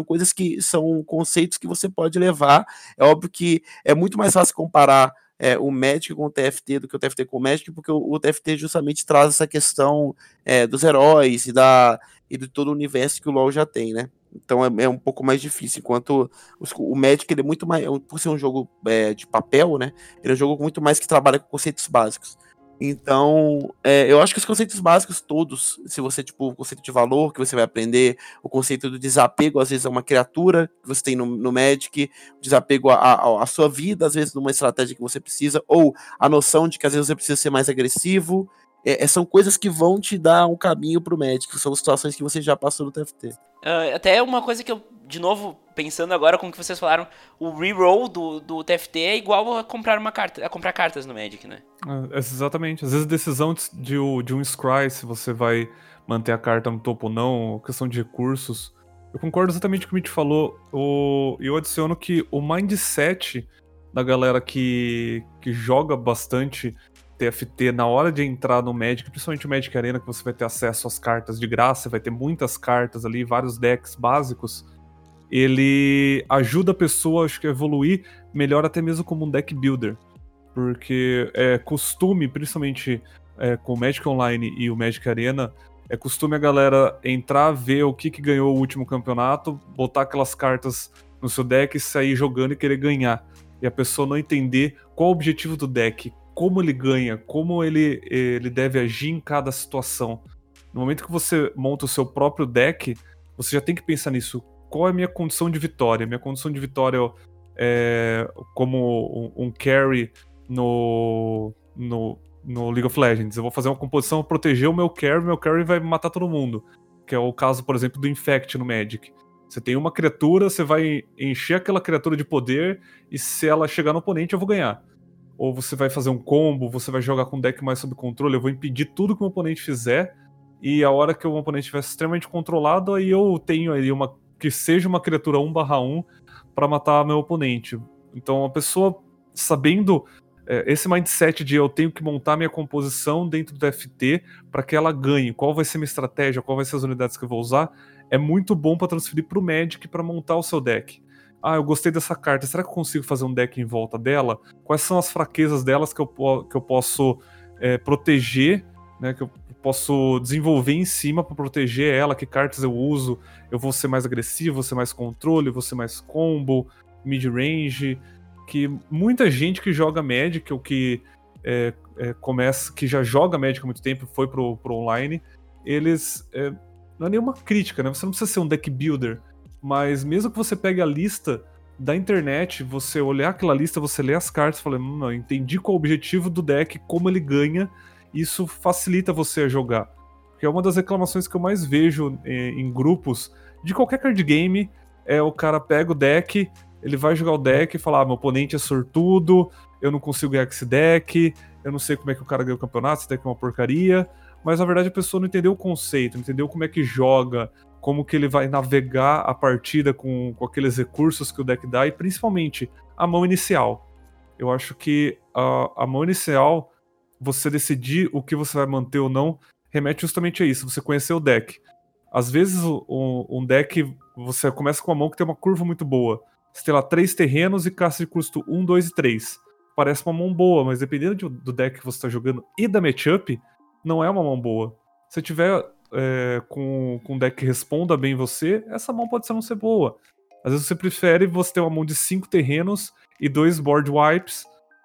B: são conceitos que você pode levar. É óbvio que é muito mais fácil comparar o Magic com o TFT do que o TFT com o Magic, porque o TFT justamente traz essa questão dos heróis e de todo o universo que o LoL já tem, né? Então é um pouco mais difícil, enquanto o Magic ele é muito mais, por ser um jogo de papel, né? Ele é um jogo muito mais que trabalha com conceitos básicos. Então, eu acho que os conceitos básicos todos, se você, tipo, o conceito de valor que você vai aprender, o conceito do desapego, às vezes, é uma criatura que você tem no Magic, o desapego à sua vida, às vezes, numa estratégia que você precisa, ou a noção de que, às vezes, você precisa ser mais agressivo, são coisas que vão te dar um caminho pro Magic, são situações que você já passou no TFT.
A: Até uma coisa que eu, de novo, pensando agora com o que vocês falaram, o reroll do TFT é igual a comprar cartas no Magic, né?
C: Exatamente. Às vezes a decisão de um scry, se você vai manter a carta no topo ou não, questão de recursos. Eu concordo exatamente com o que o Mitch falou. Eu adiciono que o mindset da galera que joga bastante TFT na hora de entrar no Magic, principalmente o Magic Arena, que você vai ter acesso às cartas de graça, vai ter muitas cartas ali, vários decks básicos, ele ajuda a pessoa, acho que, a evoluir melhor até mesmo como um deck builder. Porque é costume, principalmente com o Magic Online e o Magic Arena, é costume a galera entrar, ver o que ganhou o último campeonato, botar aquelas cartas no seu deck e sair jogando e querer ganhar. E a pessoa não entender qual o objetivo do deck, como ele ganha, como ele deve agir em cada situação. No momento que você monta o seu próprio deck, você já tem que pensar nisso. Qual é a minha condição de vitória? Minha condição de vitória é como um carry no League of Legends. Eu vou fazer uma composição para proteger o meu carry vai matar todo mundo. Que é o caso, por exemplo, do Infect no Magic. Você tem uma criatura, você vai encher aquela criatura de poder e se ela chegar no oponente eu vou ganhar. Ou você vai fazer um combo, você vai jogar com um deck mais sob controle, eu vou impedir tudo que o meu oponente fizer e a hora que o oponente estiver extremamente controlado, aí eu tenho ali que seja uma criatura 1/1 para matar meu oponente. Então a pessoa sabendo esse mindset de eu tenho que montar minha composição dentro do FT para que ela ganhe, qual vai ser minha estratégia, qual vai ser as unidades que eu vou usar, é muito bom para transferir para o Magic para montar o seu deck. Eu gostei dessa carta, será que eu consigo fazer um deck em volta dela? Quais são as fraquezas delas que eu posso proteger, né, que eu posso desenvolver em cima para proteger ela, que cartas eu uso, eu vou ser mais agressivo, vou ser mais controle, vou ser mais combo, mid-range, que muita gente que joga Magic, ou que que já joga Magic há muito tempo, foi pro online, eles... não é nenhuma crítica, né? Você não precisa ser um deck builder, mas mesmo que você pegue a lista da internet, você olhar aquela lista, você ler as cartas e falar, não, entendi qual é o objetivo do deck, como ele ganha, isso facilita você a jogar. Porque é uma das reclamações que eu mais vejo em grupos de qualquer card game, o cara pega o deck, ele vai jogar o deck e fala, meu oponente é sortudo, eu não consigo ganhar com esse deck, eu não sei como é que o cara ganha o campeonato, esse deck é uma porcaria, mas na verdade a pessoa não entendeu o conceito, não entendeu como é que joga, como que ele vai navegar a partida com aqueles recursos que o deck dá, e principalmente a mão inicial. Eu acho que a mão inicial, você decidir o que você vai manter ou não, remete justamente a isso, você conhecer o deck. Às vezes um deck, você começa com uma mão que tem uma curva muito boa. Você tem lá 3 terrenos e caça de custo 1, 2 e 3. Parece uma mão boa, mas dependendo do deck que você está jogando e da matchup, não é uma mão boa. Se tiver com um deck que responda bem você, essa mão pode não ser boa. Às vezes você prefere você ter uma mão de 5 terrenos e 2 board wipes, que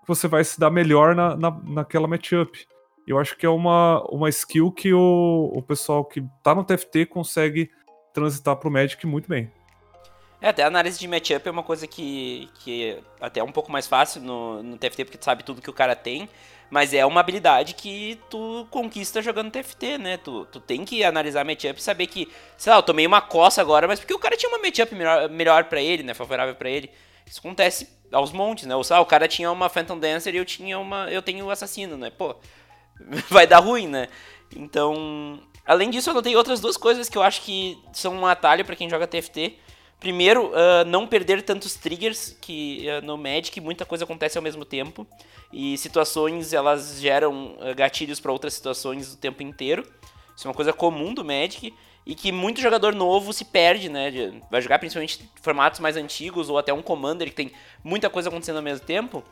C: você vai se dar melhor naquela matchup. Eu acho que é uma skill que o pessoal que tá no TFT consegue transitar pro Magic muito bem.
A: Até a análise de matchup é uma coisa que até é um pouco mais fácil no TFT, porque tu sabe tudo que o cara tem, mas é uma habilidade que tu conquista jogando TFT, né? Tu tem que analisar matchup e saber que, sei lá, eu tomei uma coça agora, mas porque o cara tinha uma matchup melhor pra ele, né? Favorável pra ele. Isso acontece aos montes, né? Ou sei lá, o cara tinha uma Phantom Dancer e eu tenho o Assassino, né? Pô, vai dar ruim, né? Então, além disso, eu notei outras duas coisas que eu acho que são um atalho pra quem joga TFT. Primeiro, não perder tantos triggers, que no Magic muita coisa acontece ao mesmo tempo. E situações, elas geram gatilhos para outras situações o tempo inteiro. Isso é uma coisa comum do Magic. E que muito jogador novo se perde, né? Vai jogar principalmente formatos mais antigos ou até um Commander que tem muita coisa acontecendo ao mesmo tempo.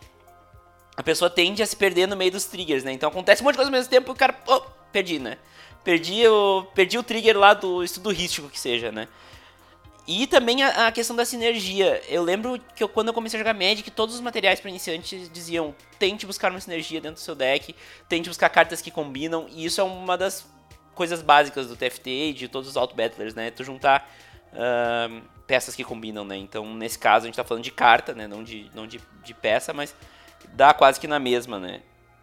A: A pessoa tende a se perder no meio dos triggers, né? Então acontece um monte de coisa ao mesmo tempo e o cara... Oh, perdi, né? Perdi o trigger lá do estudo rístico que seja, né? E também a questão da sinergia. Eu lembro que quando eu comecei a jogar Magic, todos os materiais para iniciantes diziam: tente buscar uma sinergia dentro do seu deck, tente buscar cartas que combinam. E isso é uma das coisas básicas do TFT e de todos os Auto-Battlers, né? Tu juntar peças que combinam, né? Então, nesse caso, a gente tá falando de carta, né? Não de peça, mas dá quase que na mesma, né?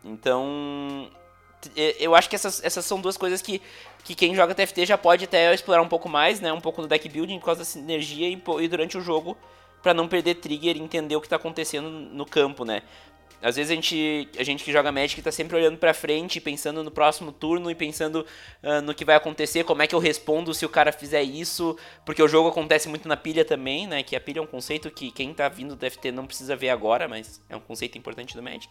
A: Então, eu acho que essas são duas coisas que quem joga TFT já pode até explorar um pouco mais, né? Um pouco no deck building por causa da sinergia e durante o jogo pra não perder trigger e entender o que tá acontecendo no campo, né? Às vezes a gente que joga Magic tá sempre olhando pra frente, pensando no próximo turno e pensando no que vai acontecer, como é que eu respondo se o cara fizer isso, porque o jogo acontece muito na pilha também, né? Que a pilha é um conceito que quem tá vindo do TFT não precisa ver agora, mas é um conceito importante do Magic.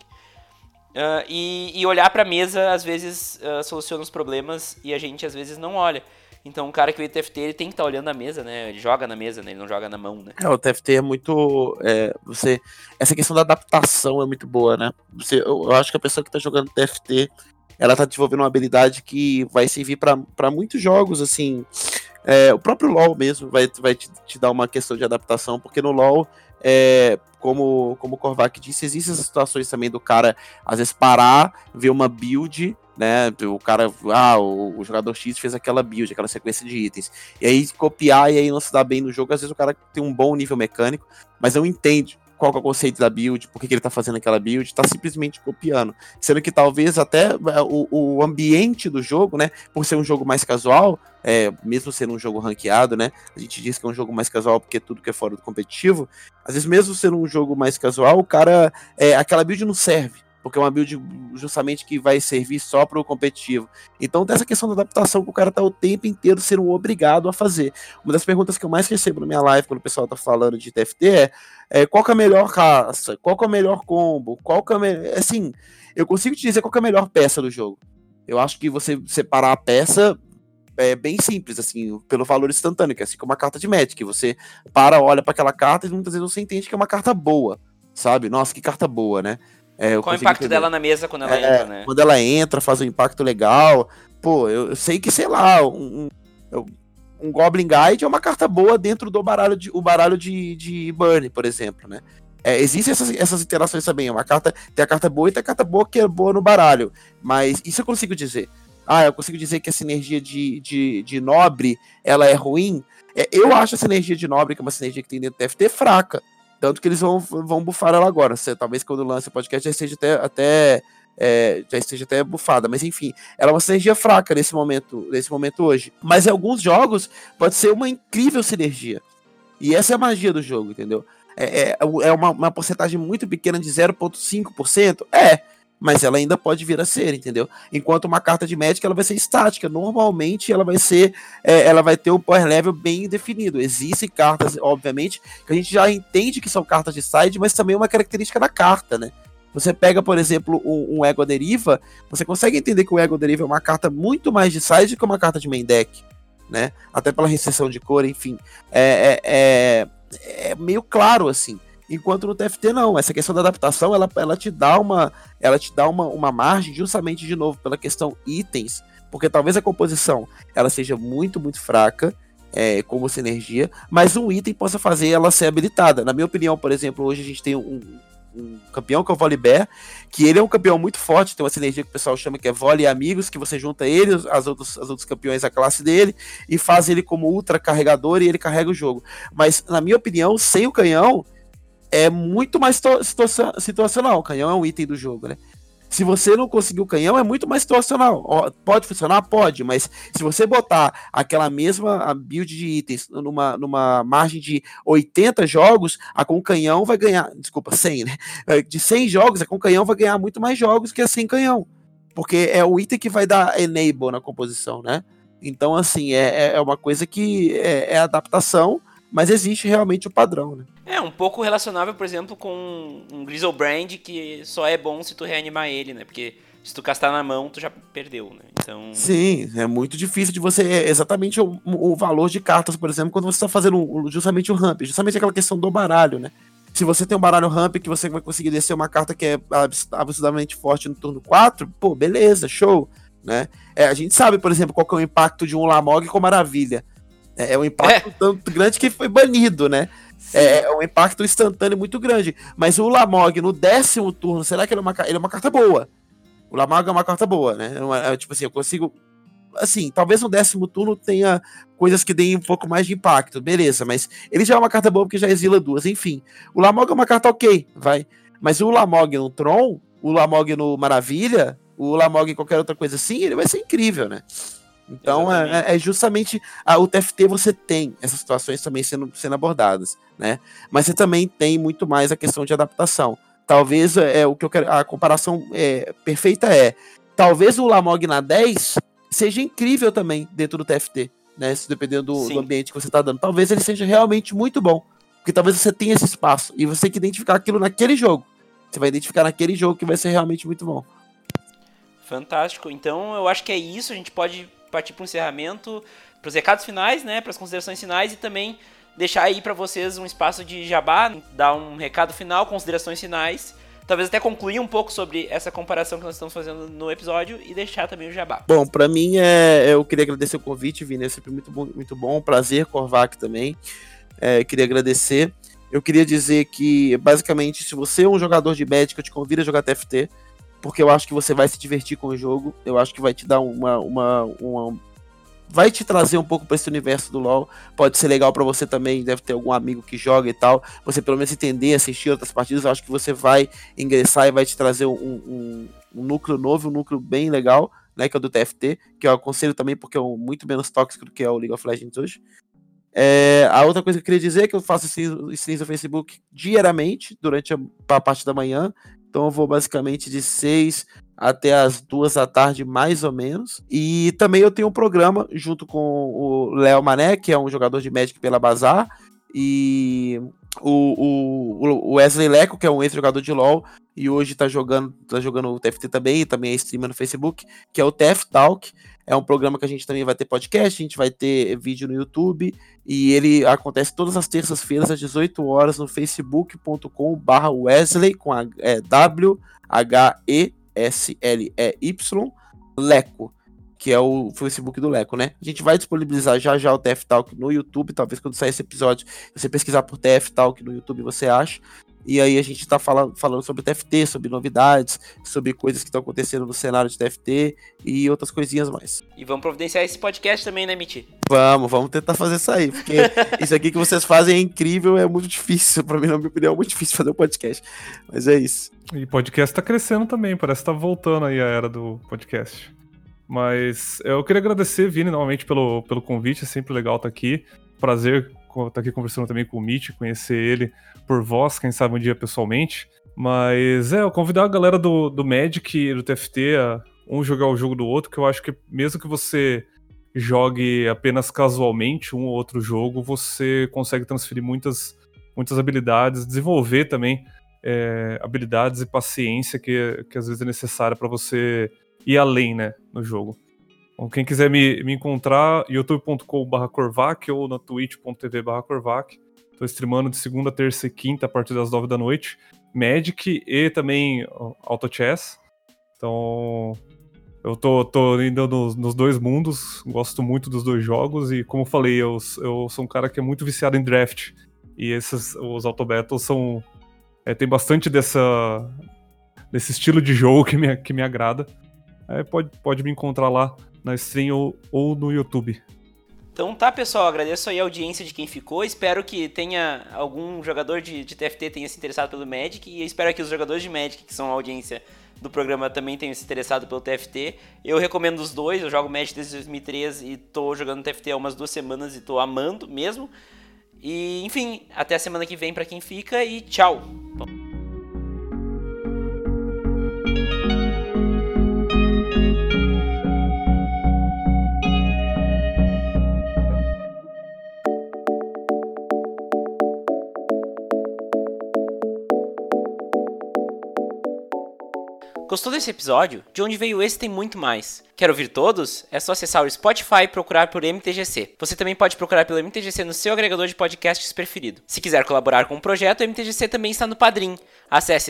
A: E olhar pra mesa, às vezes, soluciona os problemas e a gente, às vezes, não olha. Então, o cara que veio do TFT, ele tem que estar olhando a mesa, né? Ele joga na mesa, né? Ele não joga na mão, né?
B: O TFT é muito... essa questão da adaptação é muito boa, né? Eu acho que a pessoa que tá jogando TFT, ela tá desenvolvendo uma habilidade que vai servir pra muitos jogos, assim... o próprio LoL mesmo vai te dar uma questão de adaptação, porque no LoL... como o Korvac disse, existem essas situações também do cara, às vezes, parar, ver uma build, né? O cara, o jogador X fez aquela build, aquela sequência de itens, e aí copiar e aí não se dá bem no jogo. Às vezes o cara tem um bom nível mecânico, mas não entende qual que é o conceito da build, por que ele tá fazendo aquela build, tá simplesmente copiando. Sendo que talvez até o ambiente do jogo, né, por ser um jogo mais casual, mesmo sendo um jogo ranqueado, né, a gente diz que é um jogo mais casual porque tudo que é fora do competitivo, às vezes mesmo sendo um jogo mais casual, o cara, aquela build não serve, porque é uma build justamente que vai servir só para o competitivo. Então tem essa questão da adaptação que o cara tá o tempo inteiro sendo obrigado a fazer. Uma das perguntas que eu mais recebo na minha live quando o pessoal tá falando de TFT qual que é a melhor caça, qual que é o melhor combo, qual que é assim, eu consigo te dizer qual que é a melhor peça do jogo. Eu acho que você separar a peça é bem simples, assim, pelo valor instantâneo, que é assim como uma carta de Magic, você olha para aquela carta e muitas vezes você entende que é uma carta boa, sabe? Nossa, que carta boa, né?
A: Qual o impacto dela na mesa quando ela entra, né?
B: Quando ela entra, faz um impacto legal. Pô, eu sei que, sei lá, um Goblin Guide é uma carta boa dentro do baralho de Burn, por exemplo, né? Existem essas interações também. Tem a carta boa e tem a carta boa que é boa no baralho. Mas isso eu consigo dizer. Eu consigo dizer que essa sinergia de Nobre, ela é ruim. Eu acho a sinergia de Nobre, que é uma sinergia que tem dentro do TFT, fraca. Tanto que eles vão bufar ela agora. Talvez quando lance o podcast já esteja até bufada. Mas enfim, ela é uma sinergia fraca nesse momento hoje. Mas em alguns jogos pode ser uma incrível sinergia. E essa é a magia do jogo, entendeu? É uma porcentagem muito pequena de 0,5%. Mas ela ainda pode vir a ser, entendeu? Enquanto uma carta de Magic, ela vai ser estática. Normalmente, ela vai ter um power level bem definido. Existem cartas, obviamente, que a gente já entende que são cartas de side, mas também é uma característica da carta, né? Você pega, por exemplo, um Ego Deriva, você consegue entender que o Ego Deriva é uma carta muito mais de side que uma carta de main deck, né? Até pela restrição de cor, enfim. É meio claro, assim. Enquanto no TFT não, essa questão da adaptação, ela te dá uma margem justamente, de novo, pela questão itens, porque talvez a composição ela seja muito, muito fraca, como sinergia, mas um item possa fazer ela ser habilitada. Na minha opinião, por exemplo, hoje a gente tem um campeão que é o Volibear, que ele é um campeão muito forte, tem uma sinergia que o pessoal chama que é Voli Amigos, que você junta ele, os outros campeões da classe dele, e faz ele como ultra carregador e ele carrega o jogo. Mas, na minha opinião, sem o canhão, é muito mais situacional. O canhão é um item do jogo, né? Se você não conseguir o canhão, é muito mais situacional. Pode funcionar? Pode, mas se você botar aquela mesma build de itens numa margem de 80 jogos, a com canhão vai ganhar, desculpa, 100, né? De 100 jogos, a com canhão vai ganhar muito mais jogos que a sem canhão. Porque é o item que vai dar enable na composição, né? Então, assim, é uma coisa que é adaptação, mas existe realmente o padrão, né?
A: É um pouco relacionável, por exemplo, com um Griselbrand, que só é bom se tu reanimar ele, né? Porque se tu castar na mão, tu já perdeu, né? Então...
B: Sim, é muito difícil de você... exatamente o valor de cartas, por exemplo, quando você está fazendo justamente o ramp. Justamente aquela questão do baralho, né? Se você tem um baralho ramp que você vai conseguir descer uma carta que é absolutamente forte no turno 4, pô, beleza, show, né? A gente sabe, por exemplo, qual que é o impacto de um Lamog com Maravilha. É um impacto tanto grande que foi banido, né? É um impacto instantâneo muito grande. Mas o Lamog no 10º turno, será que ele é uma carta boa? O Lamog é uma carta boa, né? Tipo assim, eu consigo... Assim, talvez no 10º turno tenha coisas que deem um pouco mais de impacto, beleza, mas ele já é uma carta boa porque já exila 2, enfim. O Lamog é uma carta ok, vai. Mas o Lamog no Tron, o Lamog no Maravilha, o Lamog em qualquer outra coisa assim, ele vai ser incrível, né? Então é justamente o TFT você tem essas situações também sendo abordadas, né? Mas você também tem muito mais a questão de adaptação. Talvez o que eu quero, a comparação perfeita talvez o Lamog na 10 seja incrível também dentro do TFT, né? Se dependendo do ambiente que você está dando. Talvez ele seja realmente muito bom, porque talvez você tenha esse espaço e você tem que identificar aquilo naquele jogo. Você vai identificar naquele jogo que vai ser realmente muito bom.
A: Fantástico. Então eu acho que é isso. A gente pode partir para o encerramento, para os recados finais, né, para as considerações finais e também deixar aí para vocês um espaço de jabá, dar um recado final, considerações finais, talvez até concluir um pouco sobre essa comparação que nós estamos fazendo no episódio e deixar também o jabá.
B: Bom, para mim eu queria agradecer o convite, Vini, é sempre muito bom, prazer, Korvac também, queria agradecer. Eu queria dizer que, basicamente, se você é um jogador de Magic, eu te convido a jogar TFT, porque eu acho que você vai se divertir com o jogo, eu acho que vai te dar vai te trazer um pouco para esse universo do LoL, pode ser legal para você também, deve ter algum amigo que joga e tal, você pelo menos entender, assistir outras partidas, eu acho que você vai ingressar e vai te trazer um núcleo novo, um núcleo bem legal, né, que é o do TFT, que eu aconselho também porque é muito menos tóxico do que é o League of Legends hoje. A outra coisa que eu queria dizer é que eu faço streams no Facebook diariamente, durante a parte da manhã. Então eu vou basicamente de 6 até as 2 da tarde, mais ou menos. E também eu tenho um programa junto com o Léo Mané, que é um jogador de Magic pela Bazar, e o Wesley Leco, que é um ex-jogador de LoL, e hoje tá jogando o TFT também, e também é streamer no Facebook, que é o TF Talk. É um programa que a gente também vai ter podcast, a gente vai ter vídeo no YouTube, e ele acontece todas as terças-feiras às 18 horas no facebook.com/Wesley, com WHESLEY, Leco, que é o Facebook do Leco, né? A gente vai disponibilizar já o TF Talk no YouTube, talvez quando sair esse episódio, se você pesquisar por TF Talk no YouTube, você acha. E aí a gente tá falando sobre TFT, sobre novidades, sobre coisas que estão acontecendo no cenário de TFT e outras coisinhas mais.
A: E vamos providenciar esse podcast também, né, Miti?
B: Vamos tentar fazer isso aí, porque isso aqui que vocês fazem é incrível, é muito difícil, pra mim, na minha opinião, é muito difícil fazer um podcast, mas é isso.
C: E podcast tá crescendo também, parece que tá voltando aí a era do podcast. Mas eu queria agradecer, Vini, novamente pelo convite, é sempre legal estar aqui, prazer estar aqui conversando também com o Mitch, conhecer ele por voz, quem sabe um dia pessoalmente. Mas eu convidar a galera do Magic e do TFT a um jogar o jogo do outro, que eu acho que mesmo que você jogue apenas casualmente um ou outro jogo, você consegue transferir muitas habilidades, desenvolver também habilidades e paciência que às vezes é necessária para você ir além, né, no jogo. Bom, quem quiser me encontrar, youtube.com/Korvac ou na twitch.tv/Korvac. Tô streamando de segunda, terça e quinta a partir das 9 da noite. Magic e também Auto Chess. Então eu tô indo nos dois mundos, gosto muito dos dois jogos e, como eu falei, eu sou um cara que é muito viciado em draft. E os Auto Battles são Tem bastante desse estilo de jogo que me agrada. Pode me encontrar lá na stream ou no YouTube.
A: Então tá, pessoal, agradeço aí a audiência de quem ficou, espero que tenha algum jogador de TFT tenha se interessado pelo Magic, e espero que os jogadores de Magic, que são a audiência do programa, também tenham se interessado pelo TFT. Eu recomendo os dois, eu jogo Magic desde 2013 e tô jogando TFT há umas 2 semanas e tô amando mesmo. E, enfim, até a semana que vem pra quem fica e tchau! Gostou desse episódio? De onde veio esse tem muito mais. Quer ouvir todos? É só acessar o Spotify e procurar por MTGC. Você também pode procurar pelo MTGC no seu agregador de podcasts preferido. Se quiser colaborar com o projeto, o MTGC também está no Padrim. Acesse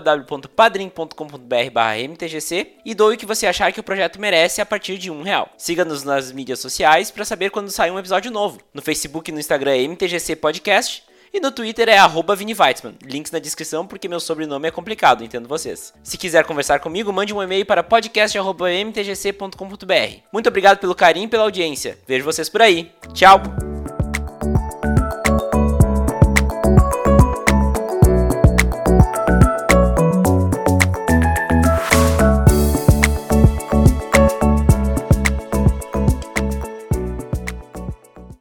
A: www.padrim.com.br/mtgc e doe o que você achar que o projeto merece a partir de R$1. Siga-nos nas mídias sociais para saber quando sai um episódio novo. No Facebook e no Instagram é MTGC Podcast. E no Twitter é @ViniWeitzman. Links na descrição porque meu sobrenome é complicado, entendo vocês. Se quiser conversar comigo, mande um e-mail para podcast@mtgc.com.br. Muito obrigado pelo carinho e pela audiência. Vejo vocês por aí. Tchau!